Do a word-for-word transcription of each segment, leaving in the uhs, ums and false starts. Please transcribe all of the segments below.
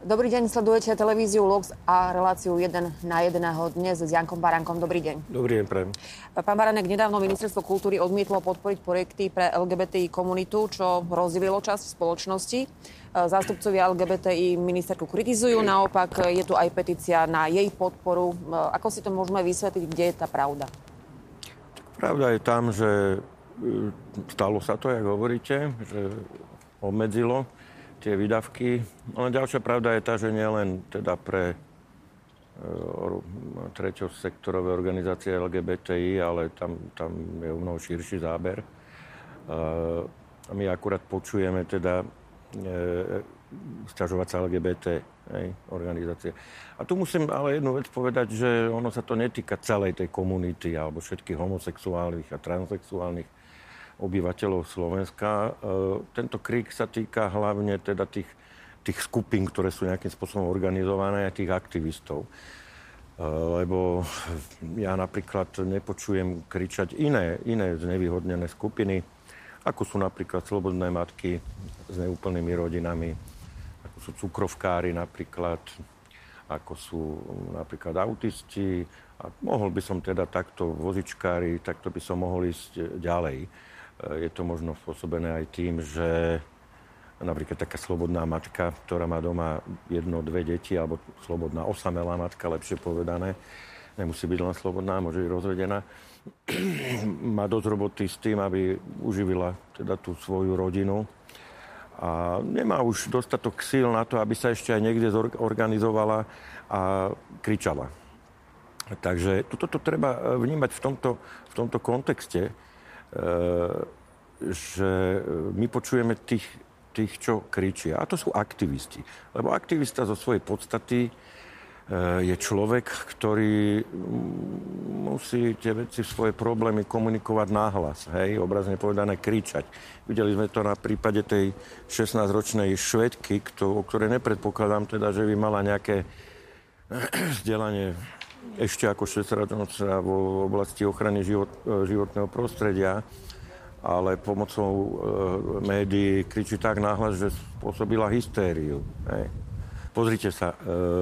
Dobrý deň, sledujete televíziu Lux a reláciu jeden na jedného dnes s Jankom Baránkom. Dobrý deň. Dobrý deň, prajem. Pán Baránek, nedávno Ministerstvo kultúry odmietlo podporiť projekty pre el gé bé té í komunitu, čo rozdelilo časť spoločnosti. Zástupcovia el gé bé té í ministerku kritizujú, naopak je tu aj petícia na jej podporu. Ako si to môžeme vysvetliť, kde je tá pravda? Pravda je tam, že stalo sa to, jak hovoríte, že obmedzilo tie výdavky. Ale ďalšia pravda je tá, že nielen teda pre e, treťosektorové organizácie el gé bé té í, ale tam, tam je mnoho širší záber. E, my akurát počujeme teda e, sťažovať sa el gé bé té hej, organizácie. A tu musím ale jednu vec povedať, že ono sa to netýka celej tej komunity alebo všetkých homosexuálnych a transsexuálnych obyvateľov Slovenska. E, tento krík sa týka hlavne teda tých, tých skupín, ktoré sú nejakým spôsobom organizované, a tých aktivistov. E, lebo ja napríklad nepočujem kričať iné, iné znevýhodnené skupiny, ako sú napríklad slobodné matky s neúplnými rodinami, ako sú cukrovkári napríklad, ako sú napríklad autisti. A mohol by som teda takto vozičkári, takto by som mohol ísť ďalej. Je to možno spôsobené aj tým, že napríklad taká slobodná matka, ktorá má doma jedno, dve deti, alebo slobodná osamelá matka, lepšie povedané, nemusí byť len slobodná, môže byť rozvedená, má dosť roboty s tým, aby uživila teda tú svoju rodinu a nemá už dostatok síl na to, aby sa ešte aj niekde zorganizovala a kričala. Takže toto treba vnímať v tomto, v tomto kontexte, že my počujeme tých, tých, čo kričia. A to sú aktivisti. Lebo aktivista zo svojej podstaty je človek, ktorý musí tie veci, svoje problémy komunikovať nahlas. Hej, obrazne povedané kričať. Videli sme to na prípade tej šestnásťročnej Švédky, o ktorej nepredpokladám teda, že by mala nejaké vzdelanie ešte ako šesťročná v oblasti ochrany život, životného prostredia, ale pomocou e, médií kričí tak nahlas, že spôsobila hystériu. Hej. Pozrite sa, e,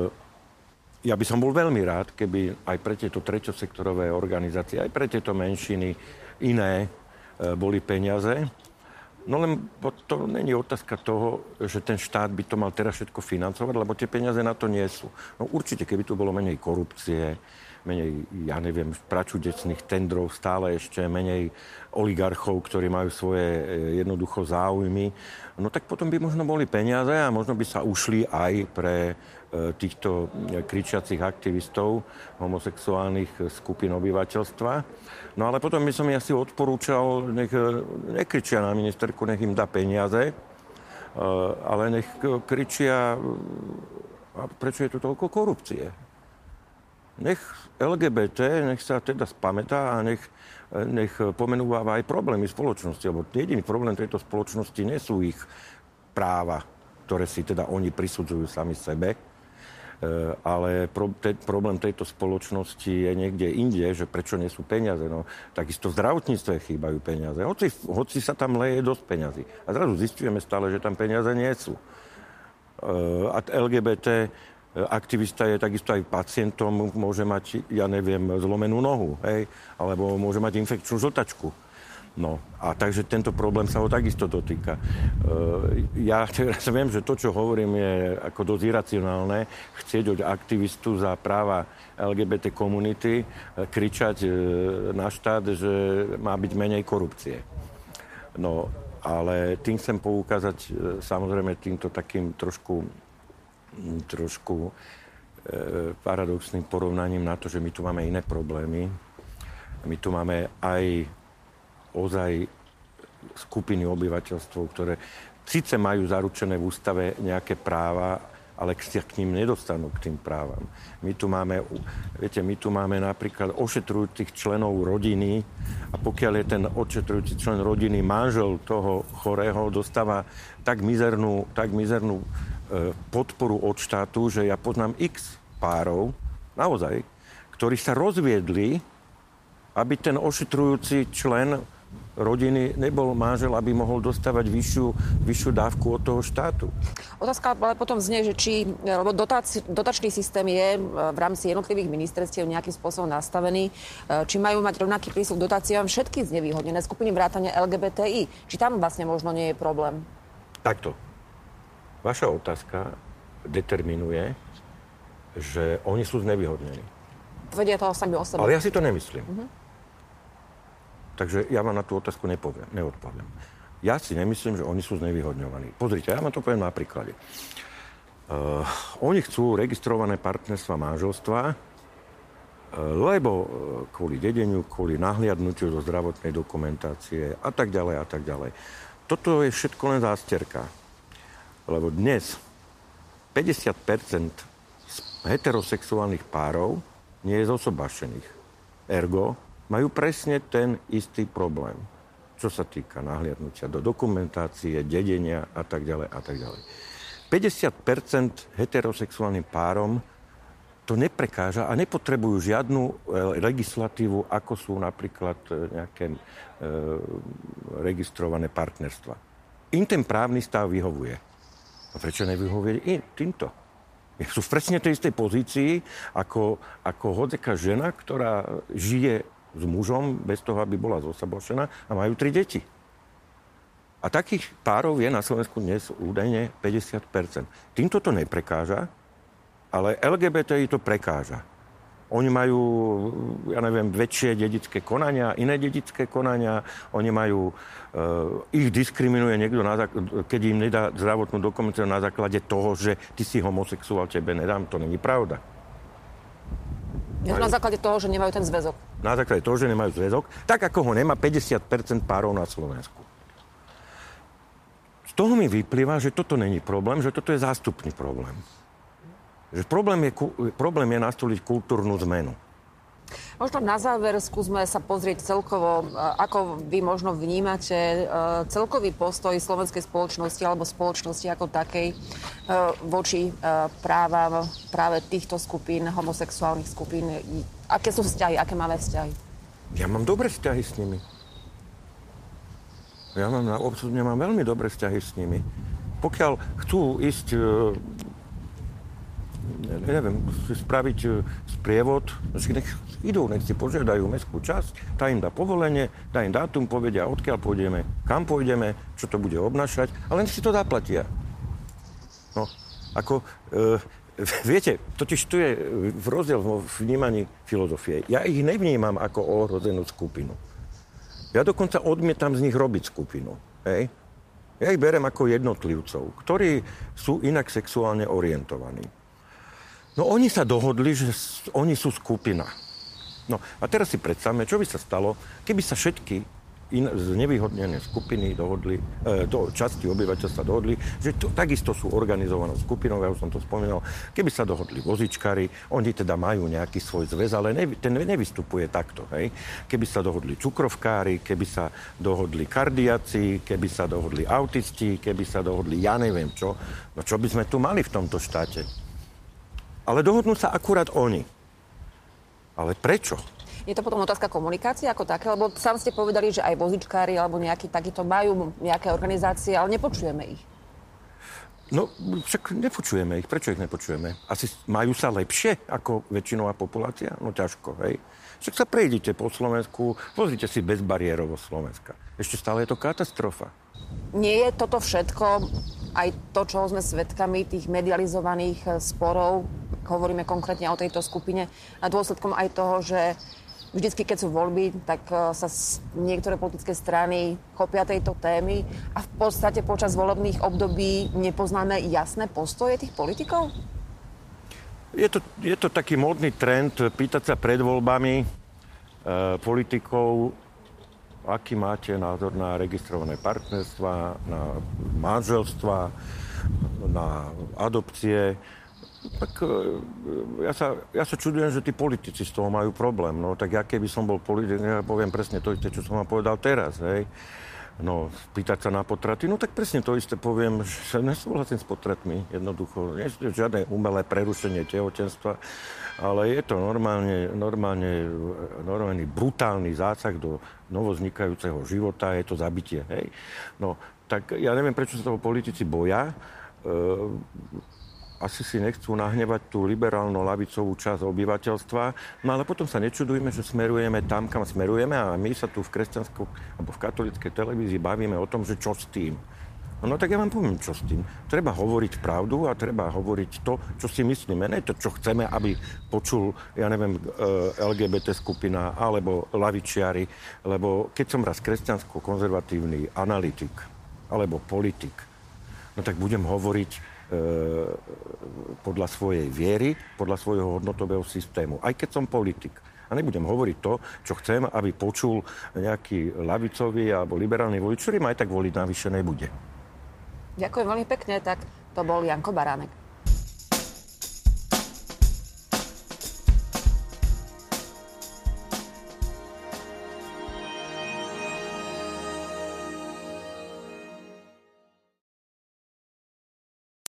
ja by som bol veľmi rád, keby aj pre tieto treťosektorové organizácie, aj pre tieto menšiny iné e, boli peniaze. No len to není otázka toho, že ten štát by to mal teraz všetko financovať, lebo tie peniaze na to nie sú. No určite, keby tu bolo menej korupcie, menej, ja neviem, pračudecných tendrov, stále ešte menej oligarchov, ktorí majú svoje jednoducho záujmy, no tak potom by možno boli peniaze a možno by sa ušli aj pre týchto kričiacich aktivistov homosexuálnych skupín obyvateľstva. No ale potom by som ja si odporúčal, nech nekričia na ministerku, nech im dá peniaze, ale nech kričia, a prečo je tu toľko korupcie. Nech el gé bé té, nech sa teda spamätá a nech, nech pomenúva aj problémy spoločnosti, lebo jediný problém tejto spoločnosti nie sú ich práva, ktoré si teda oni prisudzujú sami sebe, ale pro, te, problém tejto spoločnosti je niekde inde, že prečo nie sú peniaze. No, takisto v zdravotníctve chýbajú peniaze. Hoci, hoci sa tam leje dosť peňazí. A zrazu zistujeme stále, že tam peniaze nie sú. A el gé bé té aktivista je takisto aj pacientom, môže mať, ja neviem, zlomenú nohu, hej, alebo môže mať infekčnú žltačku. No, a takže tento problém sa ho takisto dotýka. E, ja teraz viem, že to, čo hovorím, je ako dosť iracionálne, chcieť od aktivistu za práva el gé bé té komunity e, kričať e, na štát, že má byť menej korupcie. No, ale tým chcem poukázať, e, samozrejme, týmto takým trošku, trošku e, paradoxným porovnaním na to, že my tu máme iné problémy. My tu máme aj ozaj skupiny obyvateľstva, ktoré síce majú zaručené v ústave nejaké práva, ale sa k ním nedostanú k tým právam. My tu máme, viete, my tu máme napríklad ošetrujúcich členov rodiny a pokiaľ je ten ošetrujúci člen rodiny manžel toho chorého, dostáva tak mizernú, tak mizernú e, podporu od štátu, že ja poznám x párov, naozaj, ktorí sa rozviedli, aby ten ošetrujúci člen rodiny nebol manžel, aby mohol dostávať vyššiu, vyššiu dávku od toho štátu. Otázka ale potom znie, že či lebo dotac, dotačný systém je v rámci jednotlivých ministerstiev nejakým spôsobom nastavený, či majú mať rovnaký prístup k dotáciám všetky znevýhodnené skupiny vrátane el gé bé té í. Či tam vlastne možno nie je problém? Takto. Vaša otázka determinuje, že oni sú znevýhodnení. Tvrdia toho sami o sebe. Ale ja si to nemyslím. Uh-huh. Takže ja vám na tú otázku nepoviem, neodpoviem. Ja si nemyslím, že oni sú znevýhodňovaní. Pozrite, ja vám to poviem na príklade. Uh, oni chcú registrované partnerstva manželstva, uh, lebo uh, kvôli dedeniu, kvôli nahliadnutiu do zdravotnej dokumentácie a tak ďalej a tak ďalej. Toto je všetko len zásterka. Lebo dnes päťdesiat percent heterosexuálnych párov nie je zosobášených. Ergo majú presne ten istý problém, čo sa týka nahliadnutia do dokumentácie, dedenia a tak ďalej a tak ďalej. päťdesiat percent heterosexuálnym párom to neprekáža a nepotrebujú žiadnu legislatívu, ako sú napríklad nejaké e, registrované partnerstva. Im ten právny stav vyhovuje. A prečo nevyhovuje im týmto? Sú v presne tej istej pozícii ako, ako hodzeka žena, ktorá žije s mužom bez toho, aby bola zosabošená a majú tri deti. A takých párov je na Slovensku dnes údajne päťdesiat percent. Týmto to neprekáža, ale el gé bé té í to prekáža. Oni majú, ja neviem, väčšie dedičské konania, iné dedičské konania. Oni majú, uh, ich diskriminuje niekto, na zák- keď im nedá zdravotnú dokumentáciu na základe toho, že ty si homosexuál, tebe nedám. To není pravda. Je to na základe toho, že nemajú ten zväzok. Na základe toho, že nemajú zväzok, tak ako ho nemá päťdesiat percent párov na Slovensku. Z toho mi vyplýva, že toto není problém, že toto je zástupný problém. Že problém je, problém je nastoliť kultúrnu zmenu. Možno na záver skúsme sa pozrieť celkovo, ako vy možno vnímate celkový postoj slovenskej spoločnosti alebo spoločnosti ako takej voči právam práve týchto skupín, homosexuálnych skupín. Aké sú vzťahy, aké máme vzťahy? Ja mám dobré vzťahy s nimi. Ja mám, absolútne mám veľmi dobré vzťahy s nimi. Pokiaľ chcú ísť, neviem, spraviť sprievod, nech idú, nech si požiadajú mestskú časť, tá im dá povolenie, dá im dátum, povedia, odkiaľ pôjdeme, kam pôjdeme, čo to bude obnášať, ale nech si to zaplatia. No, ako, e, viete, totiž tu je v rozdiel vo vnímaní filozofie. Ja ich nevnímam ako ohrozenú skupinu. Ja dokonca odmietam z nich robiť skupinu. Hej? Ja ich berem ako jednotlivcov, ktorí sú inak sexuálne orientovaní. No oni sa dohodli, že oni sú skupina. No a teraz si predstavme, čo by sa stalo, keby sa všetky in, znevýhodnené skupiny dohodli, e, do časti obyvateľstva dohodli, že to, takisto sú organizovanou skupinou, ja už som to spomínal, keby sa dohodli vozičkári, oni teda majú nejaký svoj zväz, ale ne, ten nevystupuje takto, hej. Keby sa dohodli cukrovkári, keby sa dohodli kardiaci, keby sa dohodli autisti, keby sa dohodli ja neviem čo, no čo by sme tu mali v tomto štáte? Ale dohodnú sa akurát oni. Ale prečo? Je to potom otázka komunikácie ako také? Lebo sám ste povedali, že aj vozičkári alebo nejakí takíto majú nejaké organizácie, ale nepočujeme ich. No, však nepočujeme ich. Prečo ich nepočujeme? Asi majú sa lepšie ako väčšinová populácia? No ťažko, hej. Však sa prejdite po Slovensku, pozrite si bezbariérovosť Slovenska. Ešte stále je to katastrofa. Nie je toto všetko aj to, čo sme svedkami, tých medializovaných sporov, hovoríme konkrétne o tejto skupine, a dôsledkom aj toho, že vždycky, keď sú voľby, tak sa niektoré politické strany chopia tejto témy a v podstate počas volebných období nepoznáme jasné postoje tých politikov? Je to, je to taký módny trend pýtať sa pred voľbami e, politikov, aký máte názor na registrované partnerstva, na manželstva, na adopcie. Tak ja sa, ja sa čudujem, že tí politici z toho majú problém. No tak ja keby som bol politik, ja poviem presne to, čo som vám povedal teraz. Hej. No, pýtať sa na potraty, no tak presne to isté poviem, že nesúhlasím s potratmi, jednoducho. Nie je žiadne umelé prerušenie tehotenstva, ale je to normálne, normálne, normálny brutálny zásah do novoznikajúceho života, je to zabitie, hej. No, tak ja neviem, prečo sa toho politici boja. E- asi si nechcú nahnevať tú liberálno-lavicovú časť obyvateľstva, no ale potom sa nečudujme, že smerujeme tam, kam smerujeme a my sa tu v kresťanskej alebo v katolíckej televízii bavíme o tom, že čo s tým. No tak ja vám poviem, čo s tým. Treba hovoriť pravdu a treba hovoriť to, čo si myslíme. Ne to, čo chceme, aby počul, ja neviem, el gé bé té skupina alebo lavičiari, lebo keď som raz kresťansko-konzervatívny analytik alebo politik, no tak budem hovoriť podľa svojej viery, podľa svojho hodnotového systému. Aj keď som politik. A nebudem hovoriť to, čo chcem, aby počul nejaký ľavicový alebo liberálny volič, ktorý ma aj tak voliť navyše nebude. Ďakujem veľmi pekne. Tak to bol Janko Baránek.